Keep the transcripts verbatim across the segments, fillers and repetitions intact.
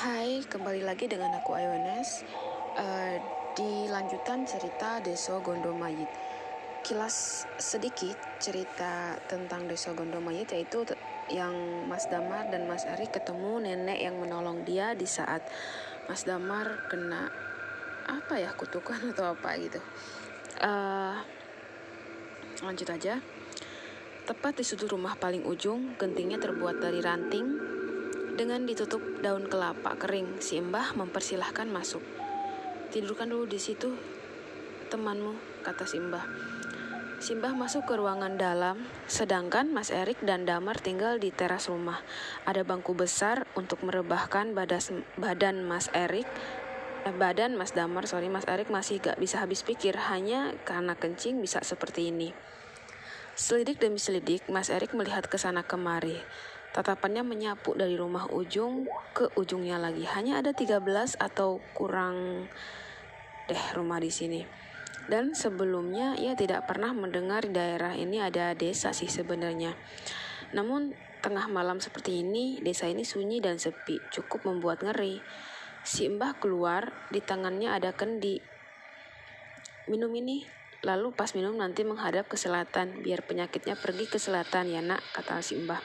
Hai, kembali lagi dengan aku Ayones. Uh, di lanjutan cerita Deso Gondomayit. Kilas sedikit cerita tentang Deso Gondomayit, yaitu te- yang Mas Damar dan Mas Erik ketemu nenek yang menolong dia di saat Mas Damar kena apa ya, kutukan atau apa gitu. Uh, lanjut aja. Tepat di sudut rumah paling ujung, gentingnya terbuat dari ranting dengan ditutup daun kelapa kering. Si Mbah mempersilahkan masuk. Tidurkan dulu di situ, temanmu, kata si Mbah. Si Mbah masuk ke ruangan dalam, sedangkan Mas Erik dan Damar tinggal di teras rumah. Ada bangku besar untuk merebahkan badas, badan Mas Erik. Eh, badan Mas Damar, sorry, Mas Erik masih gak bisa habis pikir, hanya karena kencing bisa seperti ini. Selidik demi selidik, Mas Erik melihat ke sana kemari. Tatapannya menyapu dari rumah ujung ke ujungnya lagi. Hanya ada tiga belas atau kurang deh rumah di sini. Dan sebelumnya ia tidak pernah mendengar di daerah ini ada desa sih sebenarnya. Namun tengah malam seperti ini, desa ini sunyi dan sepi, cukup membuat ngeri. Si Mbah keluar, di tangannya ada kendi. Minum ini, lalu pas minum nanti menghadap ke selatan, biar penyakitnya pergi ke selatan ya nak, kata si Mbah.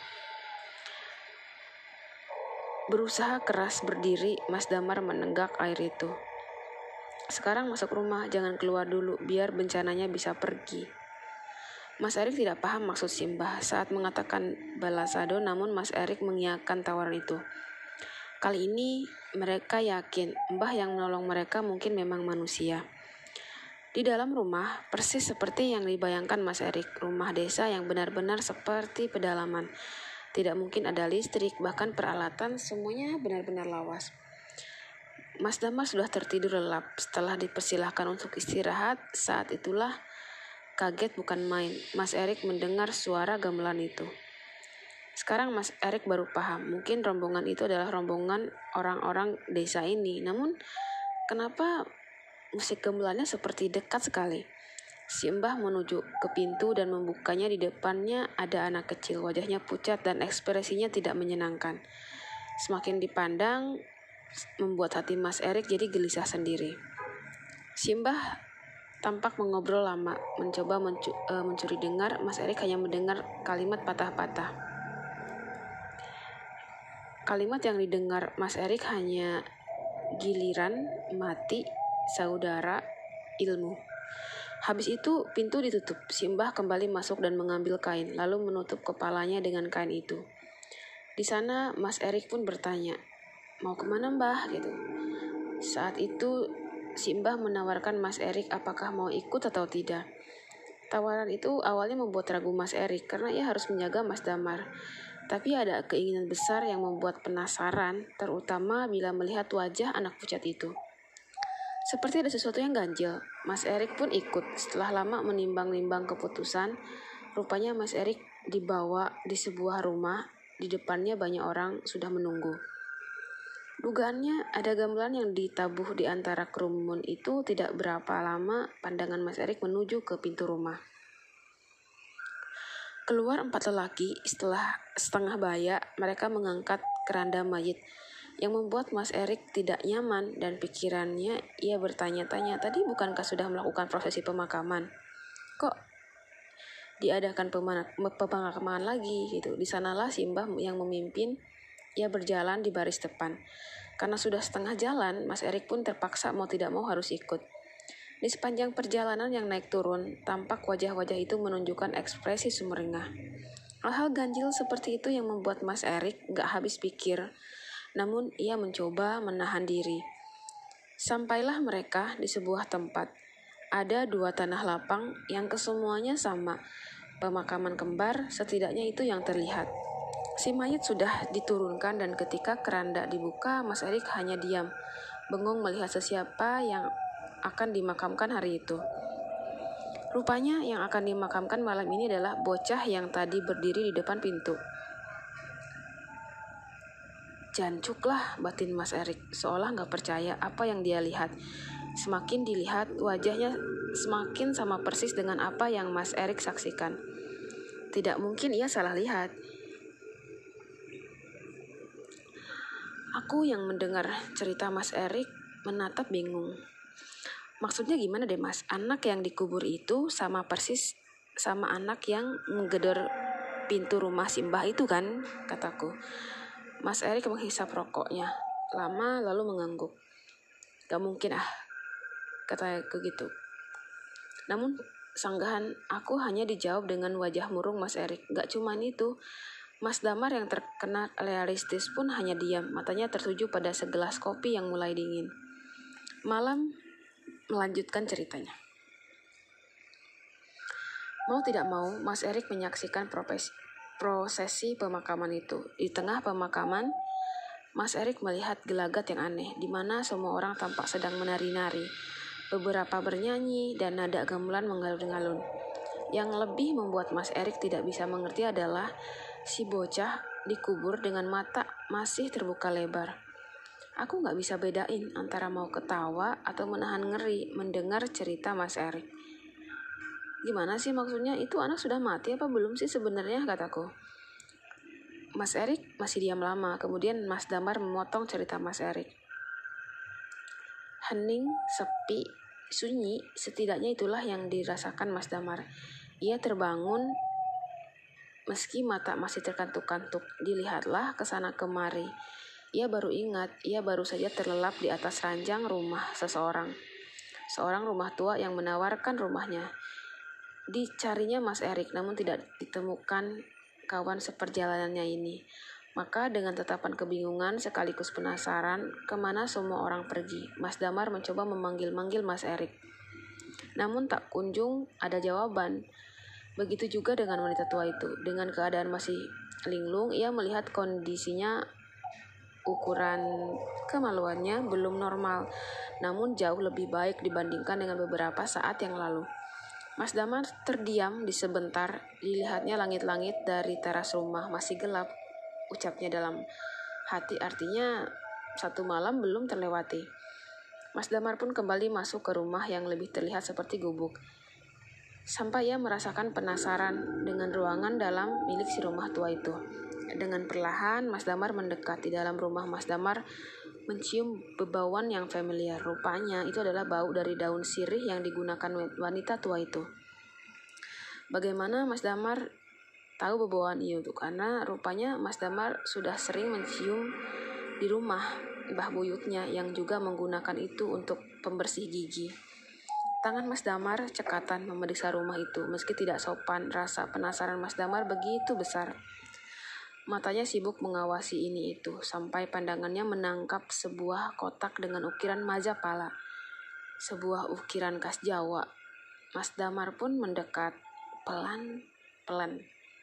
Berusaha keras berdiri, Mas Damar menenggak air itu. Sekarang masuk rumah, jangan keluar dulu, biar bencananya bisa pergi. Mas Erik tidak paham maksud si Mbah saat mengatakan balasado, namun Mas Erik mengiyakan tawaran itu. Kali ini mereka yakin Mbah yang menolong mereka mungkin memang manusia. Di dalam rumah, persis seperti yang dibayangkan Mas Erik, rumah desa yang benar-benar seperti pedalaman. Tidak mungkin ada listrik, bahkan peralatan semuanya benar-benar lawas. Mas Damar sudah tertidur lelap. Setelah dipersilahkan untuk istirahat, saat itulah kaget bukan main. Mas Erik mendengar suara gamelan itu. Sekarang Mas Erik baru paham, mungkin rombongan itu adalah rombongan orang-orang desa ini. Namun, kenapa musik gamelannya seperti dekat sekali? Si Mbah menuju ke pintu dan membukanya. Di depannya ada anak kecil, wajahnya pucat dan ekspresinya tidak menyenangkan. Semakin dipandang, membuat hati Mas Erik jadi gelisah sendiri. Si Mbah tampak mengobrol lama, mencoba mencu- uh, mencuri dengar. Mas Erik hanya mendengar kalimat patah-patah. Kalimat yang didengar Mas Erik hanya giliran, mati, saudara, ilmu. Habis itu pintu ditutup. Si Mbah kembali masuk dan mengambil kain, lalu menutup kepalanya dengan kain itu. Di sana Mas Erik pun bertanya, mau kemana Mbah? Gitu. Saat itu si Mbah menawarkan Mas Erik apakah mau ikut atau tidak. Tawaran itu awalnya membuat ragu Mas Erik karena ia harus menjaga Mas Damar. Tapi ada keinginan besar yang membuat penasaran, terutama bila melihat wajah anak pucat itu. Seperti ada sesuatu yang ganjil, Mas Erik pun ikut. Setelah lama menimbang-nimbang keputusan, rupanya Mas Erik dibawa di sebuah rumah. Di depannya banyak orang sudah menunggu. Dugaannya ada gamelan yang ditabuh di antara kerumun itu. Tidak berapa lama pandangan Mas Erik menuju ke pintu rumah. Keluar empat lelaki, setelah setengah baya mereka mengangkat keranda mayit, yang membuat Mas Erik tidak nyaman dan pikirannya ia bertanya-tanya, tadi bukankah sudah melakukan prosesi pemakaman? Kok diadakan pemakaman lagi gitu? Di sanalah si Mbah yang memimpin, ia berjalan di baris depan. Karena sudah setengah jalan, Mas Erik pun terpaksa mau tidak mau harus ikut. Di sepanjang perjalanan yang naik turun, tampak wajah-wajah itu menunjukkan ekspresi sumringah. Hal-hal ganjil seperti itu yang membuat Mas Erik gak habis pikir. Namun ia mencoba menahan diri. Sampailah mereka di sebuah tempat. Ada dua tanah lapang yang kesemuanya sama. Pemakaman kembar, setidaknya itu yang terlihat. Si mayat sudah diturunkan dan ketika keranda dibuka, Mas Erik hanya diam, bengong melihat sesiapa yang akan dimakamkan hari itu. Rupanya yang akan dimakamkan malam ini adalah bocah yang tadi berdiri di depan pintu. Jancuklah, batin Mas Erik, seolah gak percaya apa yang dia lihat. Semakin dilihat, wajahnya semakin sama persis dengan apa yang Mas Erik saksikan. Tidak mungkin ia salah lihat. Aku yang mendengar cerita Mas Erik menatap bingung. Maksudnya gimana deh Mas? Anak yang dikubur itu sama persis sama anak yang menggedor pintu rumah Simbah itu kan? Kataku. Mas Erik menghisap rokoknya lama lalu mengangguk. Gak mungkin ah, kataku gitu. Namun sanggahan aku hanya dijawab dengan wajah murung Mas Erik. Gak cuman itu, Mas Damar yang terkena realistis pun hanya diam, matanya tertuju pada segelas kopi yang mulai dingin. Malam melanjutkan ceritanya. Mau tidak mau, Mas Erik menyaksikan profesi, prosesi pemakaman itu. Di tengah pemakaman, Mas Erik melihat gelagat yang aneh, di mana semua orang tampak sedang menari-nari. Beberapa bernyanyi dan nada gamelan mengalun-alun. Yang lebih membuat Mas Erik tidak bisa mengerti adalah si bocah dikubur dengan mata masih terbuka lebar. Aku gak bisa bedain antara mau ketawa atau menahan ngeri mendengar cerita Mas Erik. Gimana sih maksudnya? Itu anak sudah mati apa belum sih sebenarnya, kataku. Mas Erik masih diam lama, kemudian Mas Damar memotong cerita Mas Erik. Hening, sepi, sunyi, setidaknya itulah yang dirasakan Mas Damar. Ia terbangun meski mata masih terkantuk-kantuk. Dilihatlah ke sana kemari. Ia baru ingat, ia baru saja terlelap di atas ranjang rumah seseorang. Seorang rumah tua yang menawarkan rumahnya. Dicarinya Mas Erik, namun tidak ditemukan kawan seperjalanannya ini. Maka dengan tatapan kebingungan sekaligus penasaran kemana semua orang pergi, Mas Damar mencoba memanggil-manggil Mas Erik. Namun tak kunjung ada jawaban. Begitu juga dengan wanita tua itu. Dengan keadaan masih linglung, ia melihat kondisinya, ukuran kemaluannya belum normal, namun jauh lebih baik dibandingkan dengan beberapa saat yang lalu. Mas Damar terdiam di sebentar, dilihatnya langit-langit dari teras rumah masih gelap. Ucapnya dalam hati, artinya satu malam belum terlewati. Mas Damar pun kembali masuk ke rumah yang lebih terlihat seperti gubuk. Sampai ia merasakan penasaran dengan ruangan dalam milik si rumah tua itu. Dengan perlahan Mas Damar mendekat. Di dalam rumah Mas Damar mencium bebauan yang familiar. Rupanya itu adalah bau dari daun sirih yang digunakan wanita tua itu. Bagaimana Mas Damar tahu bebauan itu? Karena rupanya Mas Damar sudah sering mencium di rumah Mbah Buyutnya yang juga menggunakan itu untuk pembersih gigi. Tangan Mas Damar cekatan memeriksa rumah itu. Meski tidak sopan, rasa penasaran Mas Damar begitu besar. Matanya sibuk mengawasi ini itu, sampai pandangannya menangkap sebuah kotak dengan ukiran Majapala. Sebuah ukiran khas Jawa. Mas Damar pun mendekat, pelan-pelan.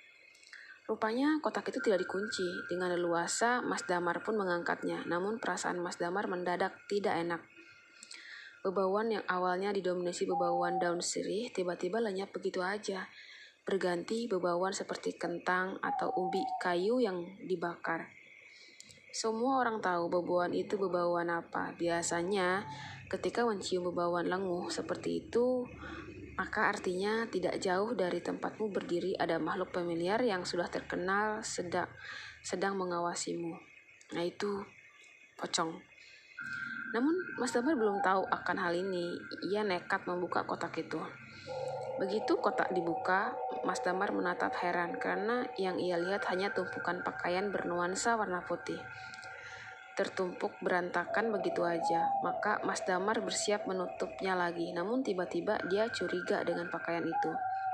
Rupanya kotak itu tidak dikunci. Dengan leluasa, Mas Damar pun mengangkatnya. Namun perasaan Mas Damar mendadak tidak enak. Bebauan yang awalnya didominasi bebauan daun sirih tiba-tiba lenyap begitu aja. Berganti bebauan seperti kentang atau ubi kayu yang dibakar. Semua orang tahu bebauan itu bebauan apa. Biasanya ketika mencium bebauan lenguh seperti itu, maka artinya tidak jauh dari tempatmu berdiri ada makhluk familiar yang sudah terkenal sedang, sedang mengawasimu. Nah itu pocong. Namun Mas Damar belum tahu akan hal ini. Ia nekat membuka kotak itu. Begitu kotak dibuka, Mas Damar menatap heran karena yang ia lihat hanya tumpukan pakaian bernuansa warna putih. Tertumpuk berantakan begitu aja. Maka Mas Damar bersiap menutupnya lagi. Namun tiba-tiba dia curiga dengan pakaian itu.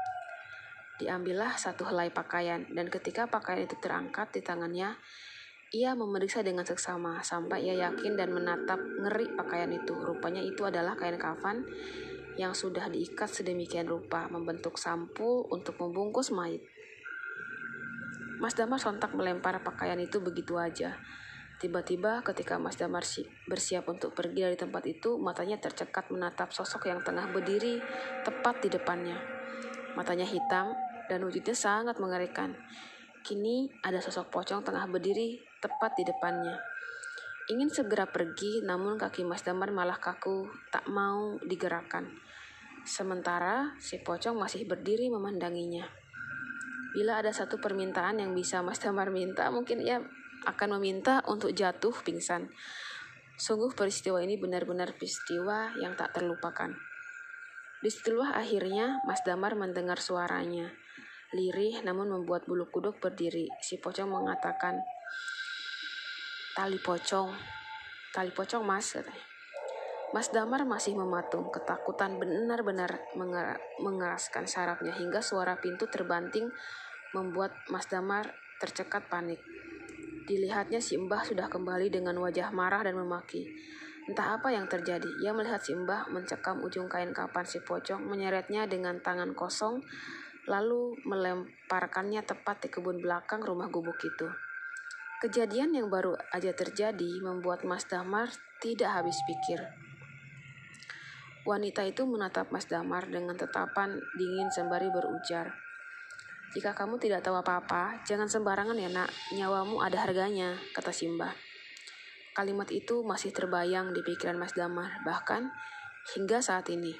Diambillah satu helai pakaian, dan ketika pakaian itu terangkat di tangannya, ia memeriksa dengan seksama sampai ia yakin dan menatap ngeri pakaian itu. Rupanya itu adalah kain kafan yang sudah diikat sedemikian rupa, membentuk sampul untuk membungkus mayit. Mas Damar sontak melempar pakaian itu begitu aja. Tiba-tiba ketika Mas Damar bersiap untuk pergi dari tempat itu, matanya tercekat menatap sosok yang tengah berdiri tepat di depannya. Matanya hitam dan wujudnya sangat mengerikan. Kini ada sosok pocong tengah berdiri tepat di depannya. Ingin segera pergi, namun kaki Mas Damar malah kaku, tak mau digerakkan. Sementara si pocong masih berdiri memandanginya. Bila ada satu permintaan yang bisa Mas Damar minta, mungkin ia akan meminta untuk jatuh pingsan. Sungguh peristiwa ini benar-benar peristiwa yang tak terlupakan. Disitulah akhirnya Mas Damar mendengar suaranya. Lirih namun membuat bulu kuduk berdiri. Si pocong mengatakan, "Tali pocong, tali pocong mas," katanya. Mas Damar masih mematung. Ketakutan benar-benar menger- mengeraskan sarafnya hingga suara pintu terbanting membuat Mas Damar tercekat panik. Dilihatnya si Mbah sudah kembali dengan wajah marah dan memaki. Entah apa yang terjadi. Ia melihat si Mbah mencekam ujung kain kapan si pocong, menyeretnya dengan tangan kosong, lalu melemparkannya tepat di kebun belakang rumah gubuk itu. Kejadian yang baru aja terjadi membuat Mas Damar tidak habis pikir. Wanita itu menatap Mas Damar dengan tatapan dingin sembari berujar, "Jika kamu tidak tahu apa-apa, jangan sembarangan ya nak, nyawamu ada harganya," kata Simbah. Kalimat itu masih terbayang di pikiran Mas Damar, bahkan hingga saat ini.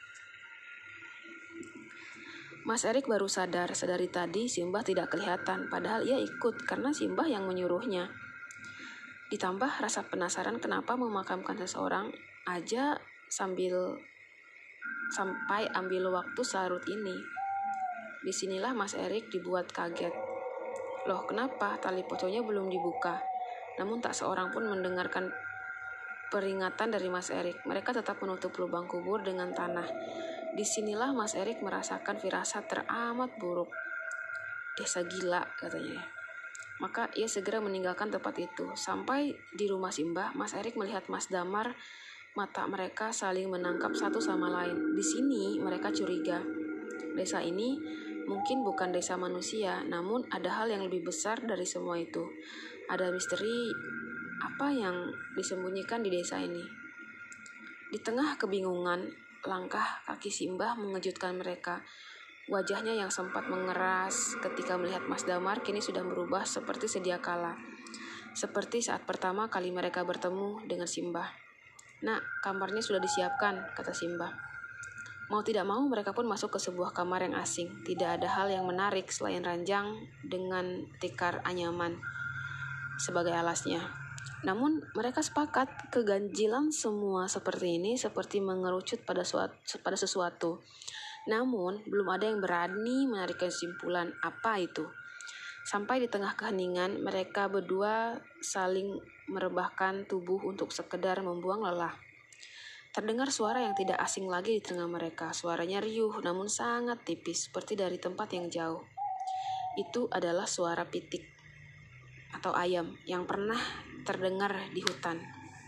Mas Erik baru sadar, sedari tadi Simbah tidak kelihatan, padahal ia ikut karena Simbah yang menyuruhnya. Ditambah rasa penasaran kenapa memakamkan seseorang aja sambil sampai ambil waktu selarut ini. Disinilah Mas Erik dibuat kaget. Loh, kenapa tali pocongnya belum dibuka? Namun tak seorang pun mendengarkan peringatan dari Mas Erik. Mereka tetap menutup lubang kubur dengan tanah. Disinilah Mas Erik merasakan firasat teramat buruk. Desa gila, katanya. Maka ia segera meninggalkan tempat itu. Sampai di rumah Simbah, Mas Erik melihat Mas Damar. Mata mereka saling menangkap satu sama lain. Di sini mereka curiga. Desa ini mungkin bukan desa manusia, namun ada hal yang lebih besar dari semua itu. Ada misteri apa yang disembunyikan di desa ini. Di tengah kebingungan, langkah kaki Simbah mengejutkan mereka. Wajahnya yang sempat mengeras ketika melihat Mas Damar kini sudah berubah seperti sedia kala. Seperti saat pertama kali mereka bertemu dengan Simbah. "Nak, kamarnya sudah disiapkan," kata Simbah. Mau tidak mau mereka pun masuk ke sebuah kamar yang asing. Tidak ada hal yang menarik selain ranjang dengan tikar anyaman sebagai alasnya. Namun mereka sepakat keganjilan semua seperti ini seperti mengerucut pada suatu, pada sesuatu. Namun belum ada yang berani menarik kesimpulan apa itu. Sampai di tengah keheningan mereka berdua saling merebahkan tubuh untuk sekedar membuang lelah. Terdengar suara yang tidak asing lagi di tengah mereka. Suaranya riuh namun sangat tipis seperti dari tempat yang jauh. Itu adalah suara pitik atau ayam yang pernah terdengar di hutan.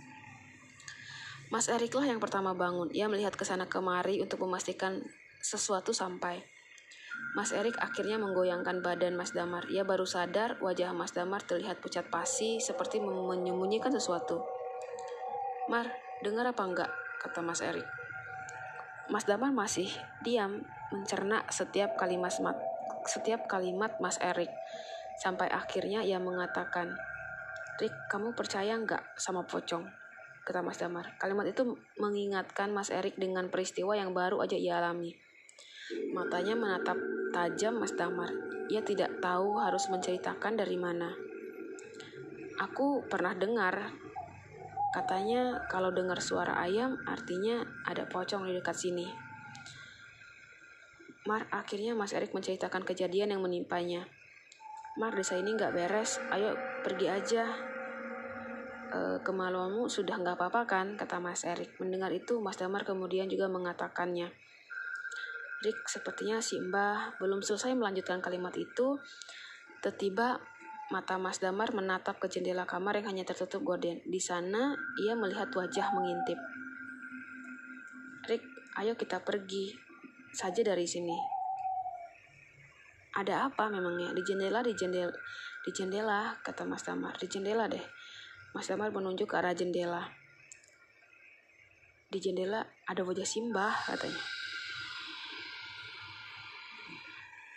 Mas Eriklah yang pertama bangun. Ia melihat ke sana kemari untuk memastikan sesuatu sampai. Mas Erik akhirnya menggoyangkan badan Mas Damar. Ia baru sadar wajah Mas Damar terlihat pucat pasi seperti menyembunyikan sesuatu. "Mar, dengar apa enggak?" kata Mas Erik. Mas Damar masih diam mencerna setiap kalimat setiap kalimat Mas Erik. Sampai akhirnya ia mengatakan, "Rik, kamu percaya enggak sama pocong?" kata Mas Damar. Kalimat itu mengingatkan Mas Erik dengan peristiwa yang baru aja ia alami. Matanya menatap tajam Mas Damar. Ia tidak tahu harus menceritakan dari mana. "Aku pernah dengar. Katanya kalau dengar suara ayam artinya ada pocong di dekat sini." Mar, akhirnya Mas Erik menceritakan kejadian yang menimpanya. "Mar, desa ini gak beres. Ayo pergi aja. E, kemaluanmu sudah gak apa-apa kan?" kata Mas Erik. Mendengar itu Mas Damar kemudian juga mengatakannya. Rik, sepertinya si Mbah belum selesai melanjutkan kalimat itu. Tiba-tiba mata Mas Damar menatap ke jendela kamar yang hanya tertutup gorden. Di sana ia melihat wajah mengintip. "Rik, ayo kita pergi saja dari sini." "Ada apa memangnya?" Di jendela, di jendela, di jendela, kata Mas Damar. "Di jendela deh." Mas Damar menunjuk ke arah jendela. "Di jendela ada wajah Simbah," katanya.